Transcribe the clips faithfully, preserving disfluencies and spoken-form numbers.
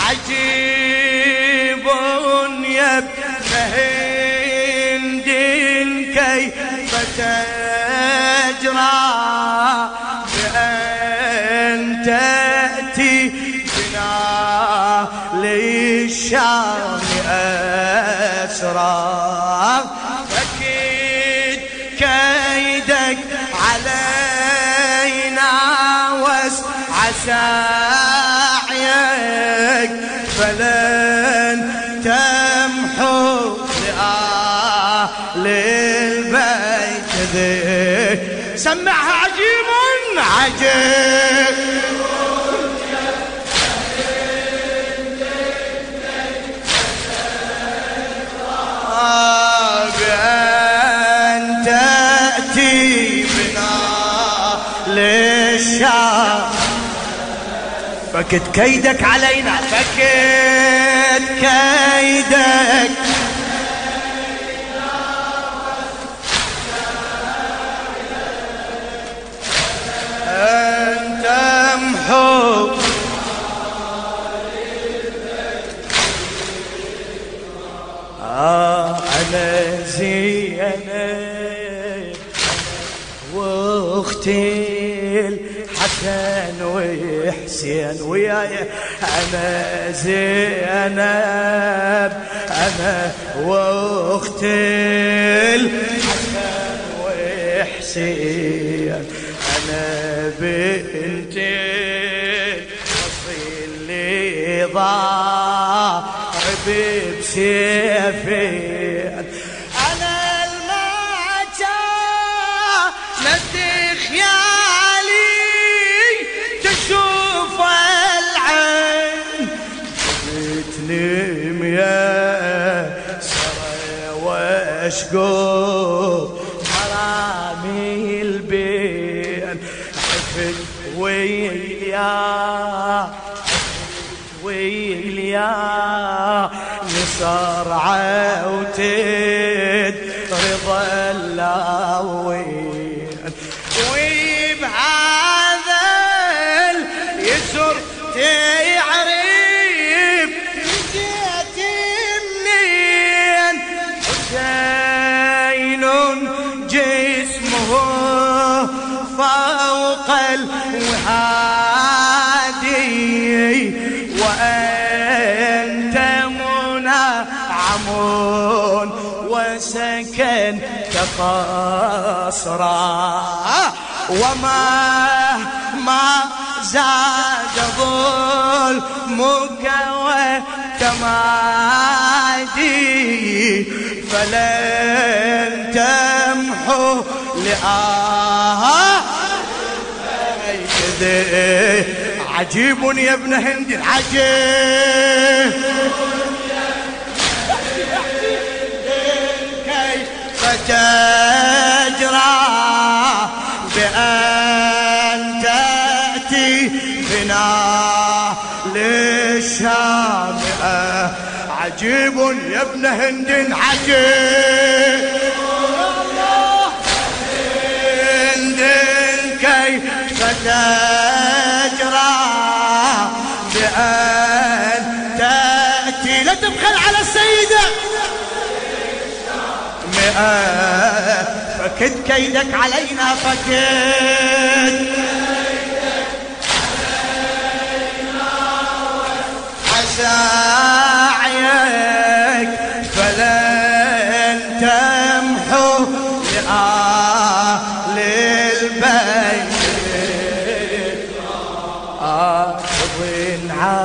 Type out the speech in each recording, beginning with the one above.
عجيب يا ابن هند كيف تجرى بأن تأتي بنا للشام أسرى فكيد كيدك علينا واسع سعيك فلن تمحو لأهل البيت ذي سمعها عجيب عجيب بأن تأتي بنا للشام فكت كيدك علينا فكت كيدك أن تمحو آه أنا زينب واختي الحسن وحسين وياي أنا زينب أنا واختي الحسن وحسين أنا بنتي أصيل لي ضارب بسيفين أنا المعجا ندخ يا علي تشوف العين بتنم يا سرى واشقوف حرامي البين حفت ويا ويليا نصر عوتد رضا اللاوين وبهذا اليسر تعرف جيت منين حسين جسمه فوق الوهادي وأنت منعم وسكن كقصرا وما ما زاد ظلمك وتمادي فلن تمحو لآه عجيب يا ابن هند عجيب كيف تجرى بأن تأتي بنا للشام عجيب يا ابن هند عجيب هند كيف تجرى بأن تأتي لا تبخل على السيدة مئة فكد كيدك علينا فكد عساعيك فلن تمحو لأهل البيت أضن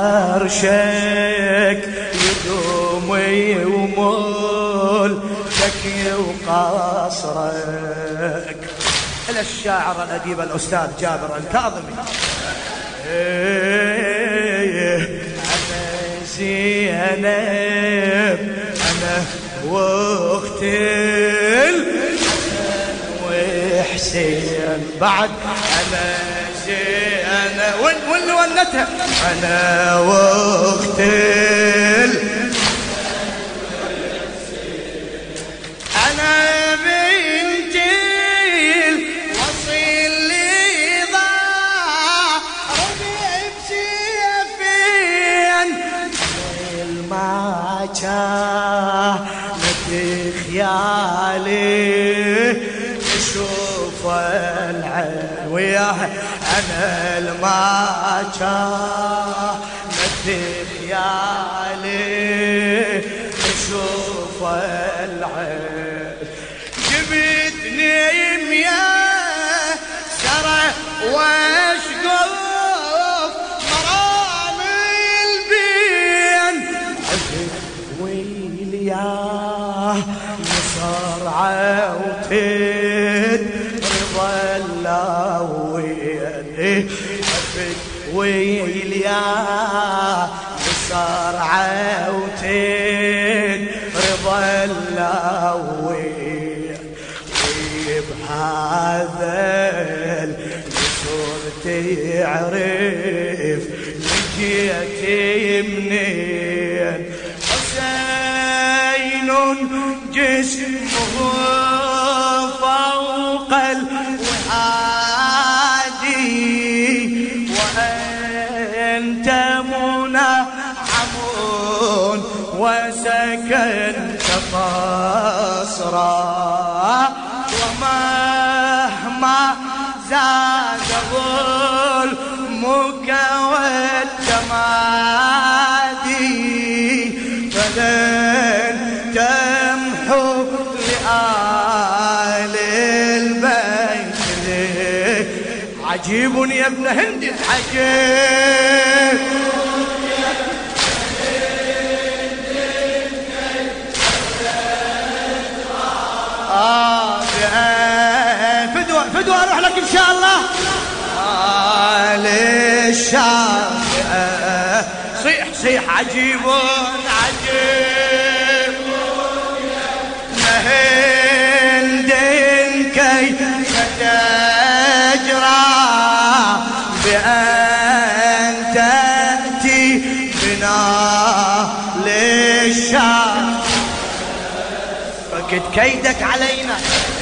عرشك يدوم ويمول شكي وقصرك إلى الشاعر الأديب الأستاذ جابر الكاظمي أنا زينب أنا واختي الحسن وحسين بعد أنا زينب وين وين ونتها أنا واختي أنا بنتي الوصيل لي ضاع ربيع بسيفين كانت خيالي اشوف العين وياه انا الما كانت خيالي اشوف العين جبتني يا سرع واشقف مرامي البين عفت ويلياه مصرعه وتد رضا اللوين عفت ويلياه مصرعه وتد رضا اللوين بهذا الجسور تعرف لقيتي منين حسين جسمه فوق الوحادي وأنت منعم وسكنت قصرا ومهما زاد ظلمك والتمادي فلن تمحو لآل البيت عجيب يا ابن هند عجيب فدوى فدوى اروح لك ان شاء الله للشافعة صيح صيح عجيب عجيب مهند كيف تجرى بأن تأتي بنا للشافعة فقد كيدك علينا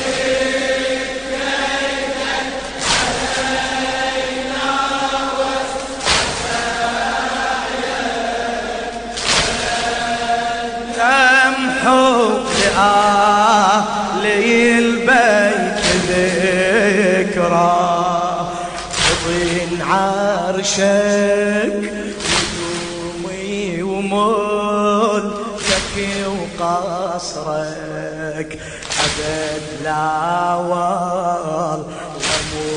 لآل البيت ذكرى تضين عرشك قدومي وملكك وقصرك أبد لا والله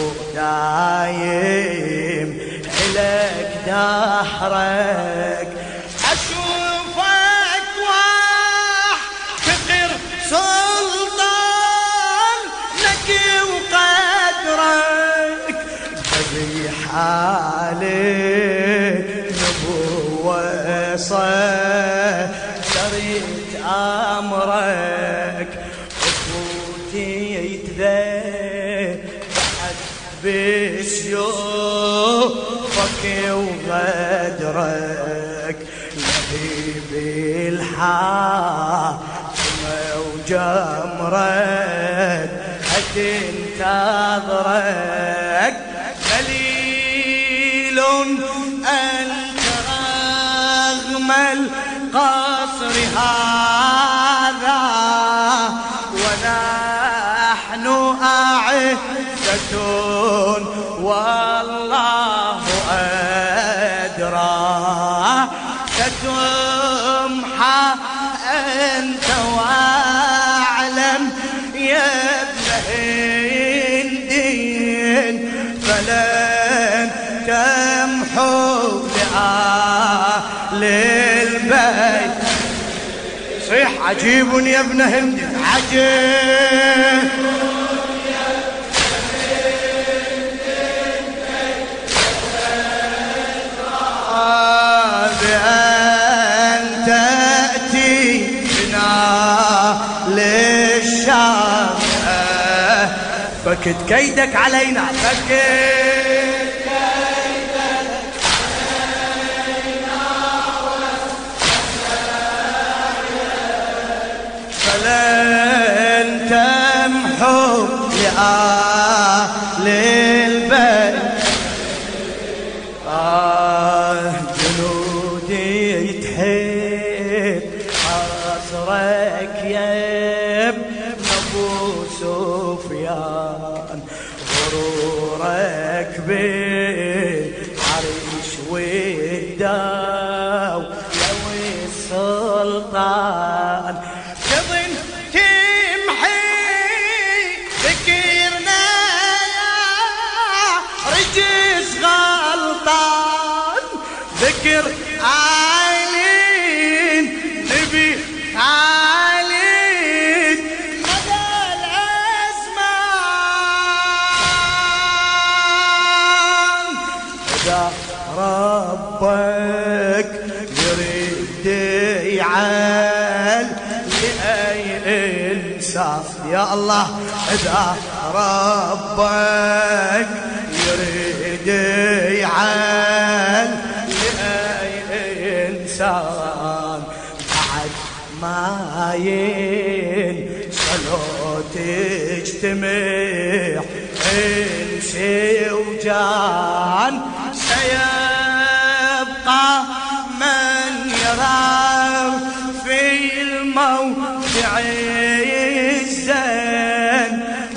دايم إلك دهرك سلطان لك وقدرك تبي حالك نبوة صدرت أمرك أخوتي يتذبحت بسيوفك وغدرك لهيب الحال وجمرك أتنتظرك دليل أنت رغم القصر هذا ونحن أعزة والله أدرى تتمحى أنت واعلم يا ابن هند فلن تمحو لآل البيت صيح عجيب يا ابن هند عجيب بأن تأتي للشام فكت كيدك علينا فكت كيدك علينا فلن تمحو لآل البيت آه جنودي تحب بالعريش والداو لو السلطان تظن تمحي ذكرنا رجس غلطان ذكر عالين نبي عالين مدى الأزمان إذا ربك يريد يعال لأي إنسان يا الله إذا ربك يريد يعال لأي إنسان بعد ما ينسلوا تجتمع إنس وجان سيبقى من يرى في الموضع الزين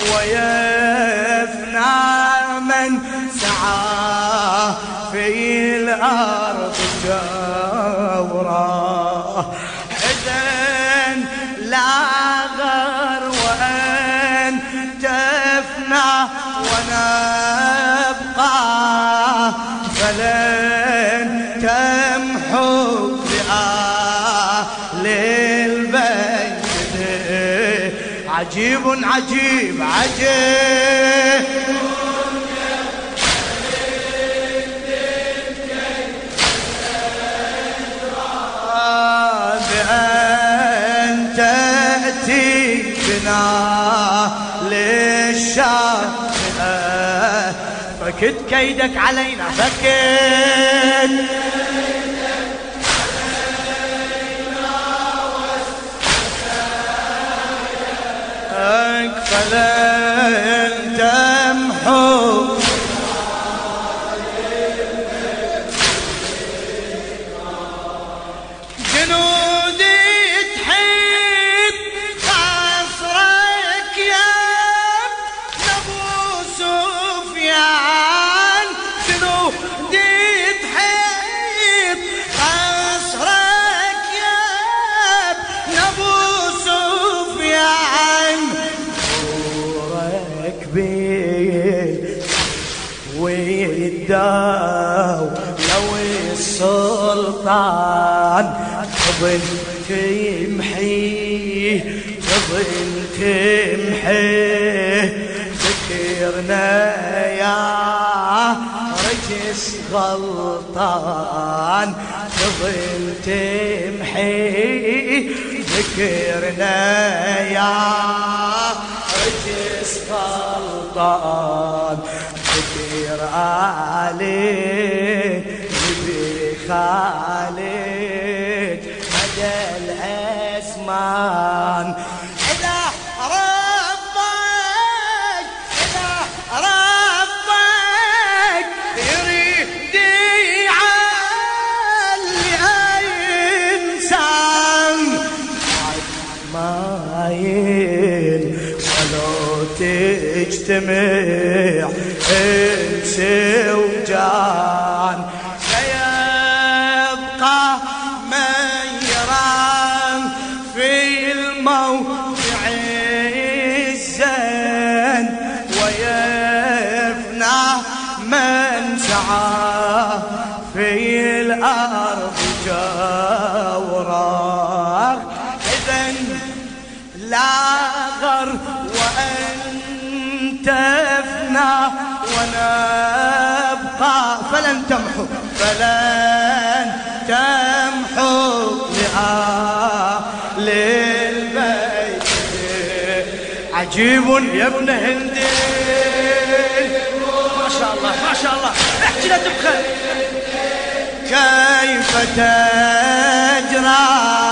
ويفنى من سعى في الأرض جورا حزن لا غر وأن تفنى ونبقى فلن تمحو بآل البيت عجيب عجيب عجيب بأن تأتي بنا للشاطئة فكد كيدك علينا فكد فلن تمحو جنودي تحب قصرك يا أبو سفيان جنودي تحب قصرك يا أبو سفيان دورك بيه ويداو لو السلطان تظل تمحيه تظل تمحيه ذكرنا يا رجس غلطان تظل تمحيه ذكرنا يا رجس غلطان ذكر عليك نبي خالد مدى الأزمان إذا ربك إذا ربك يريد يعلي أي إنسان بعد ما ينسلوا تجتمع إنس وجان سيبقى من يرى في الموضع الزين ويفنى من سعى في الأرض جورا إذن لا غر وأن تفنى ونبقى فلن تمحو فلن تمحو لآل البيت عجيب يا ابن هندي ما شاء الله ما شاء الله احكي لا تبخل كيف تجرى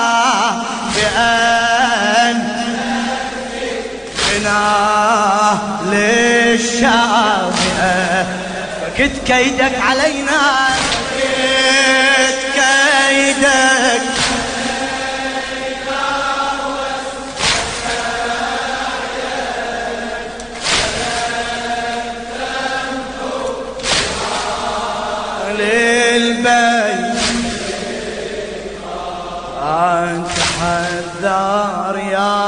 بأن للشاطئة فكد كيدك علينا فكد كيدك حذار يا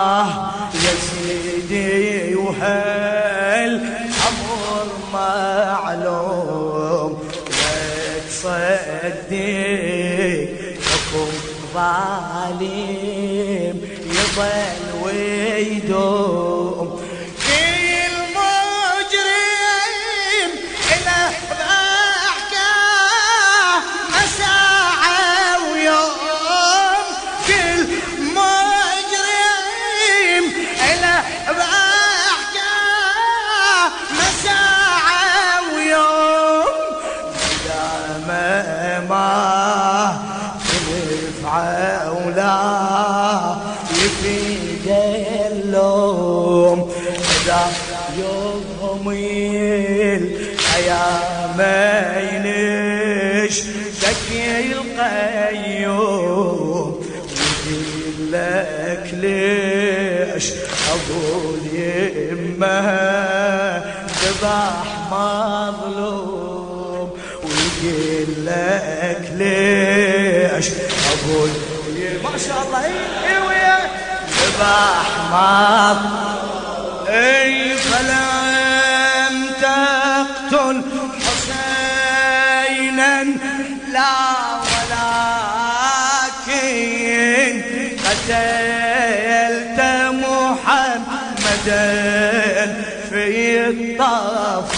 يزيدي وهل أمر معلوم لا تصدق حكم ظالم يضل ويدوم كل مجرم إله بأحكام مساعة ويوم كل مجرم إله بأحكام مساعة ويوم إذا ما ما تلف عولا يفيد اللوم إذا يوم الأيام ينش ذكي القيوم ويقول لك ليش أبو اليمة ذبح مظلوم ويقول لك ليش أبو اليمة ما شاء الله ايوه ذبح مظلوم اي فلم تقتل حسينا لا ولكن قتلت محمدا في الطف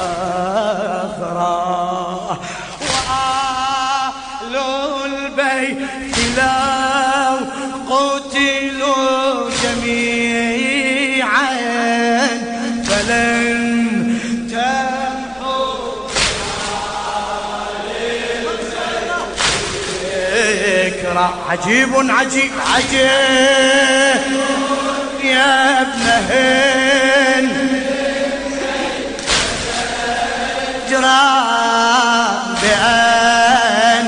جفرا وآل البيت لو قتلوا جميعا فلن تمحو ذكرى عجيب عجيب عجيب يا ابن هند جرى بأن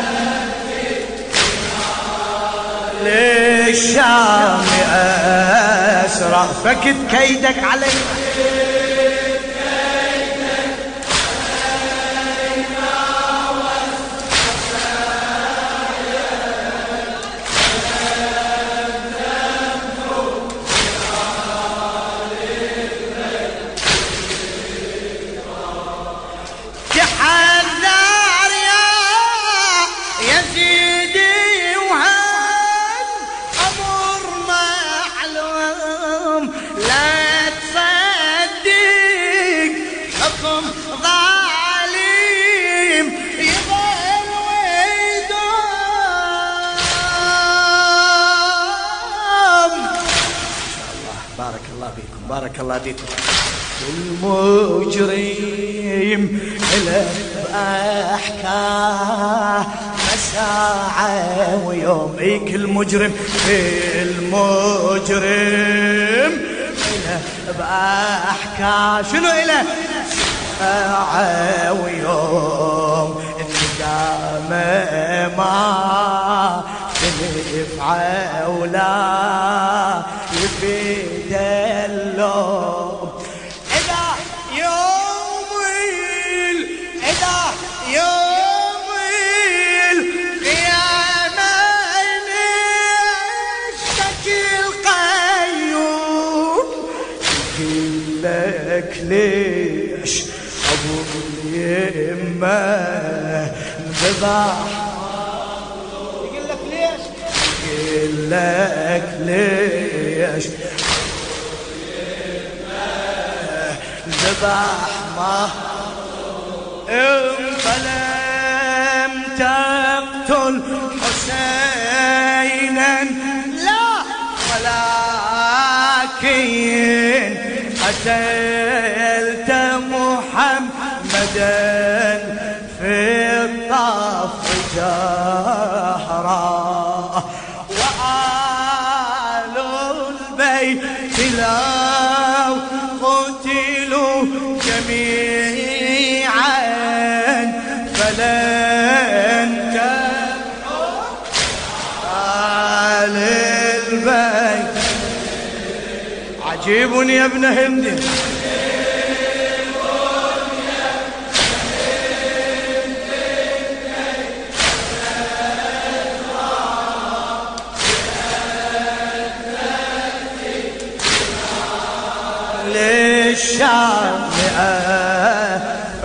للشام أسرى فكد كيدك علي بارك الله بكم. المجرم له بأحكام مساعة ويوم ايك المجرم المجرم له بأحكام شنو له مساعة ويوم الندامة ما تنفع ولا يفيد اللوم إذا يوم إذا يوم القيامة نشتكي القيوم يقول لك ليش أبو اليمة انذبح يقول لك ليش يقول لك ليش ذبح ما فلم تقتل حسينا لا ولكن قتلت محمدا في الطف جهرا وآل البيت لو قتلوا جميعا فلن تمحو آل البيت. عجيب يا ابن هند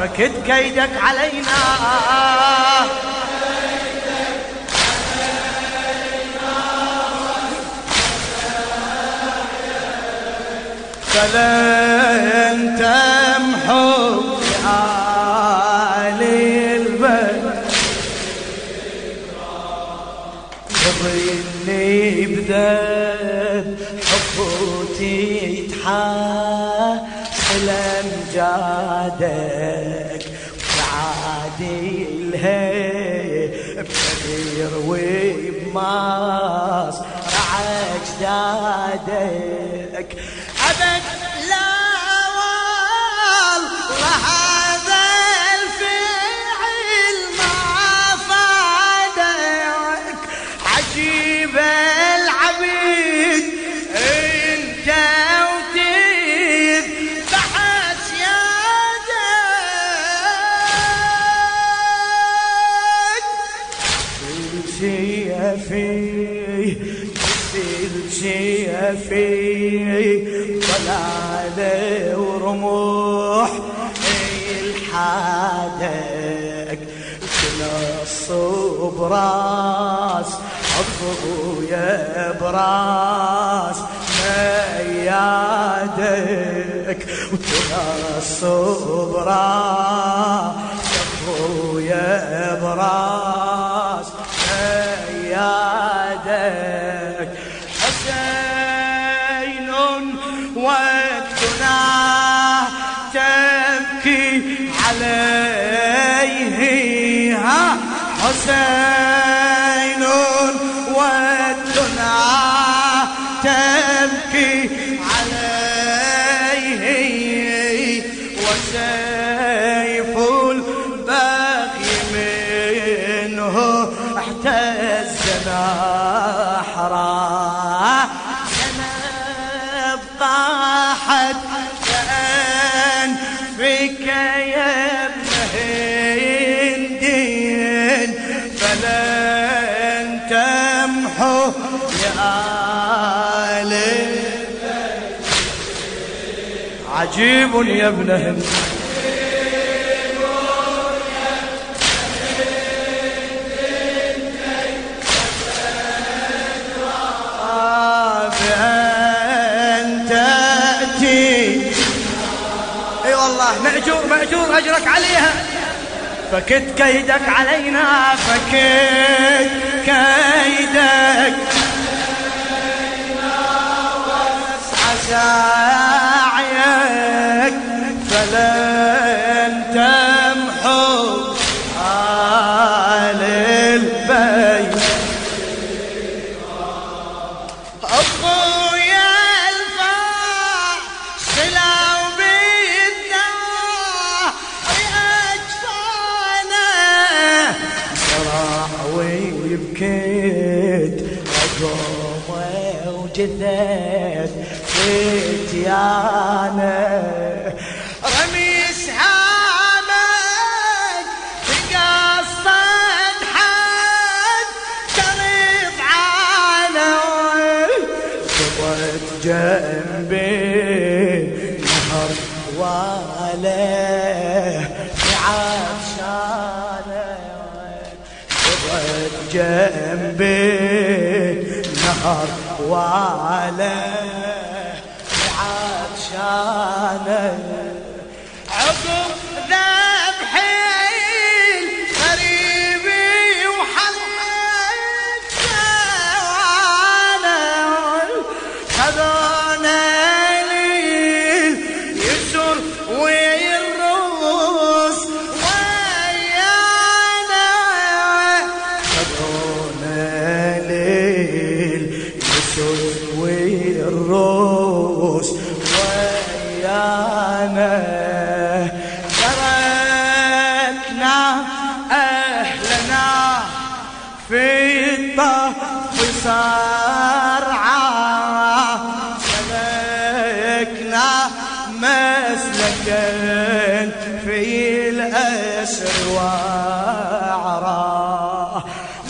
فكد كيدك علينا فلن تمحو آل البيت يظني بذنب حبوتي يتحاسل امجادك وعادي الهي بكبير وبماس رعج دادك أبد لا والله هذا الفعل ما فادك عجيب العبيد انت وتيد بحث يدك شي فيه شي فيه ضلالة ورموح الحادك تنص براس أبويا براس ميادك وتنص براس أبويا براس ميادك حسين وقتنا تبكي عليه ها حسين وقتنا تبكي عليه وسيف البغي منه احتزنا حرام طاحت كأن فيك يا ابن هندين فلن تمحو يا آل عجيب يا ابن هند مأجور مأجور أجرك عليها فكد كيدك علينا فكد كيدك واسعى سعيك فلن تمحو آل البيت بكيت رقومه وجثث فتيانه رمي سهامك تقصد حد تريض عنه صبت جنبي نهر واله في عطشانه جنبي نهر وعليه عطشانه عقب ذبحي قريبي وحلت وانا خذونا لي يسر ويروس ويانا خذونا لي يسر ويروس ويانا تركنا أهلنا في الطف صرعى سلكنا مسلكا في الأسر وعرى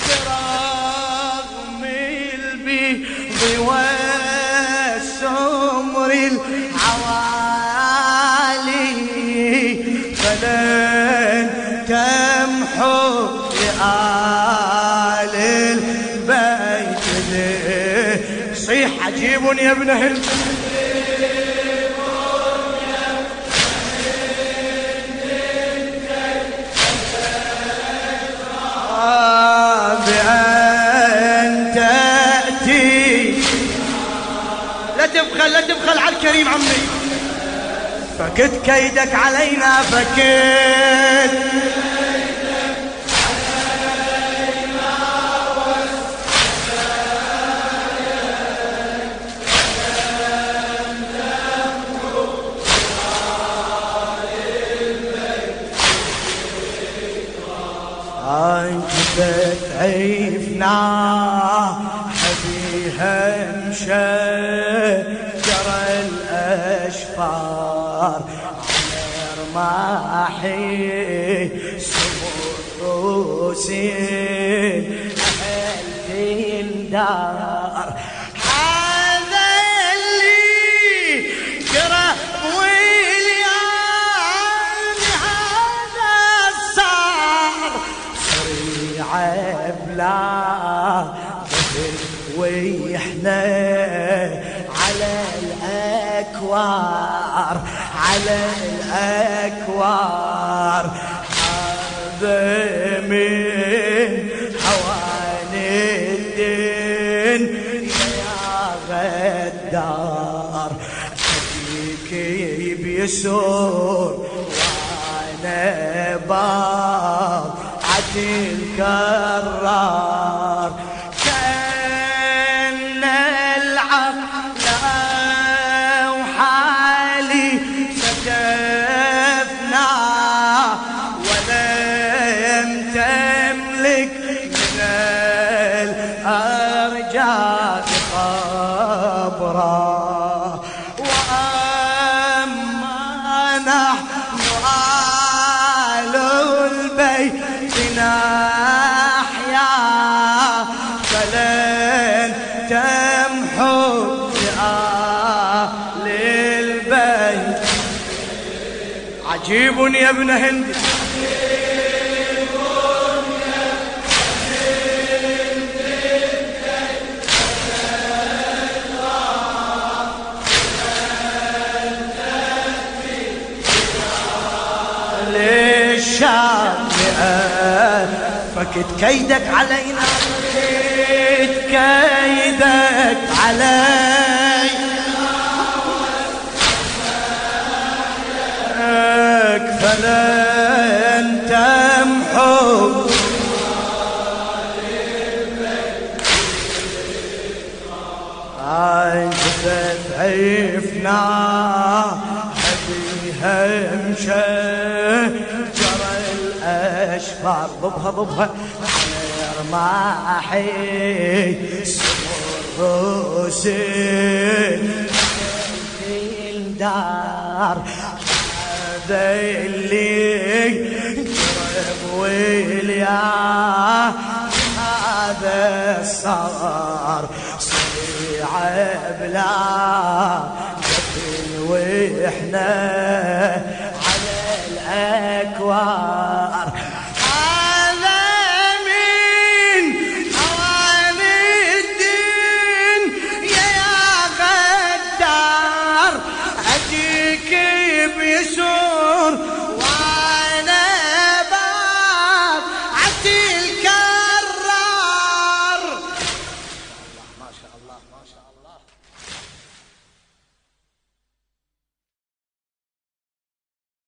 برغم البيض والسمر العوالي فلا عجيب يا ابن هند بأن تأتي. لا تبخل لا تبخل على الكريم عمي. فكت كيدك علينا فكت انت عيفنا حبيها مشجر الاشفار على رماحي سموسين اهل دار. هذا اللي جرى بلا قتل ويحنا على الأكوار على الأكوار. هذا من هوان الدين يا غدار. أبيك بيسور وانا باب الكرار. كأن العقل وحالي سكفنا ولم تملك من الأرجاء قبرا. وأما نحن آل البيت نحيا فلن تمحو لآل البيت. عجيب يا ابن هند فكت كيدك علينا فكت كيدك علينا فلن تمحو انت عيفنا حبيها مشجر الاشفار. ضبها ضبها على رماحي سمر حسين في الدار. هذا اللي جرب ويليا هذا صار صيعة بلا قتل وإحنا على الأكوار.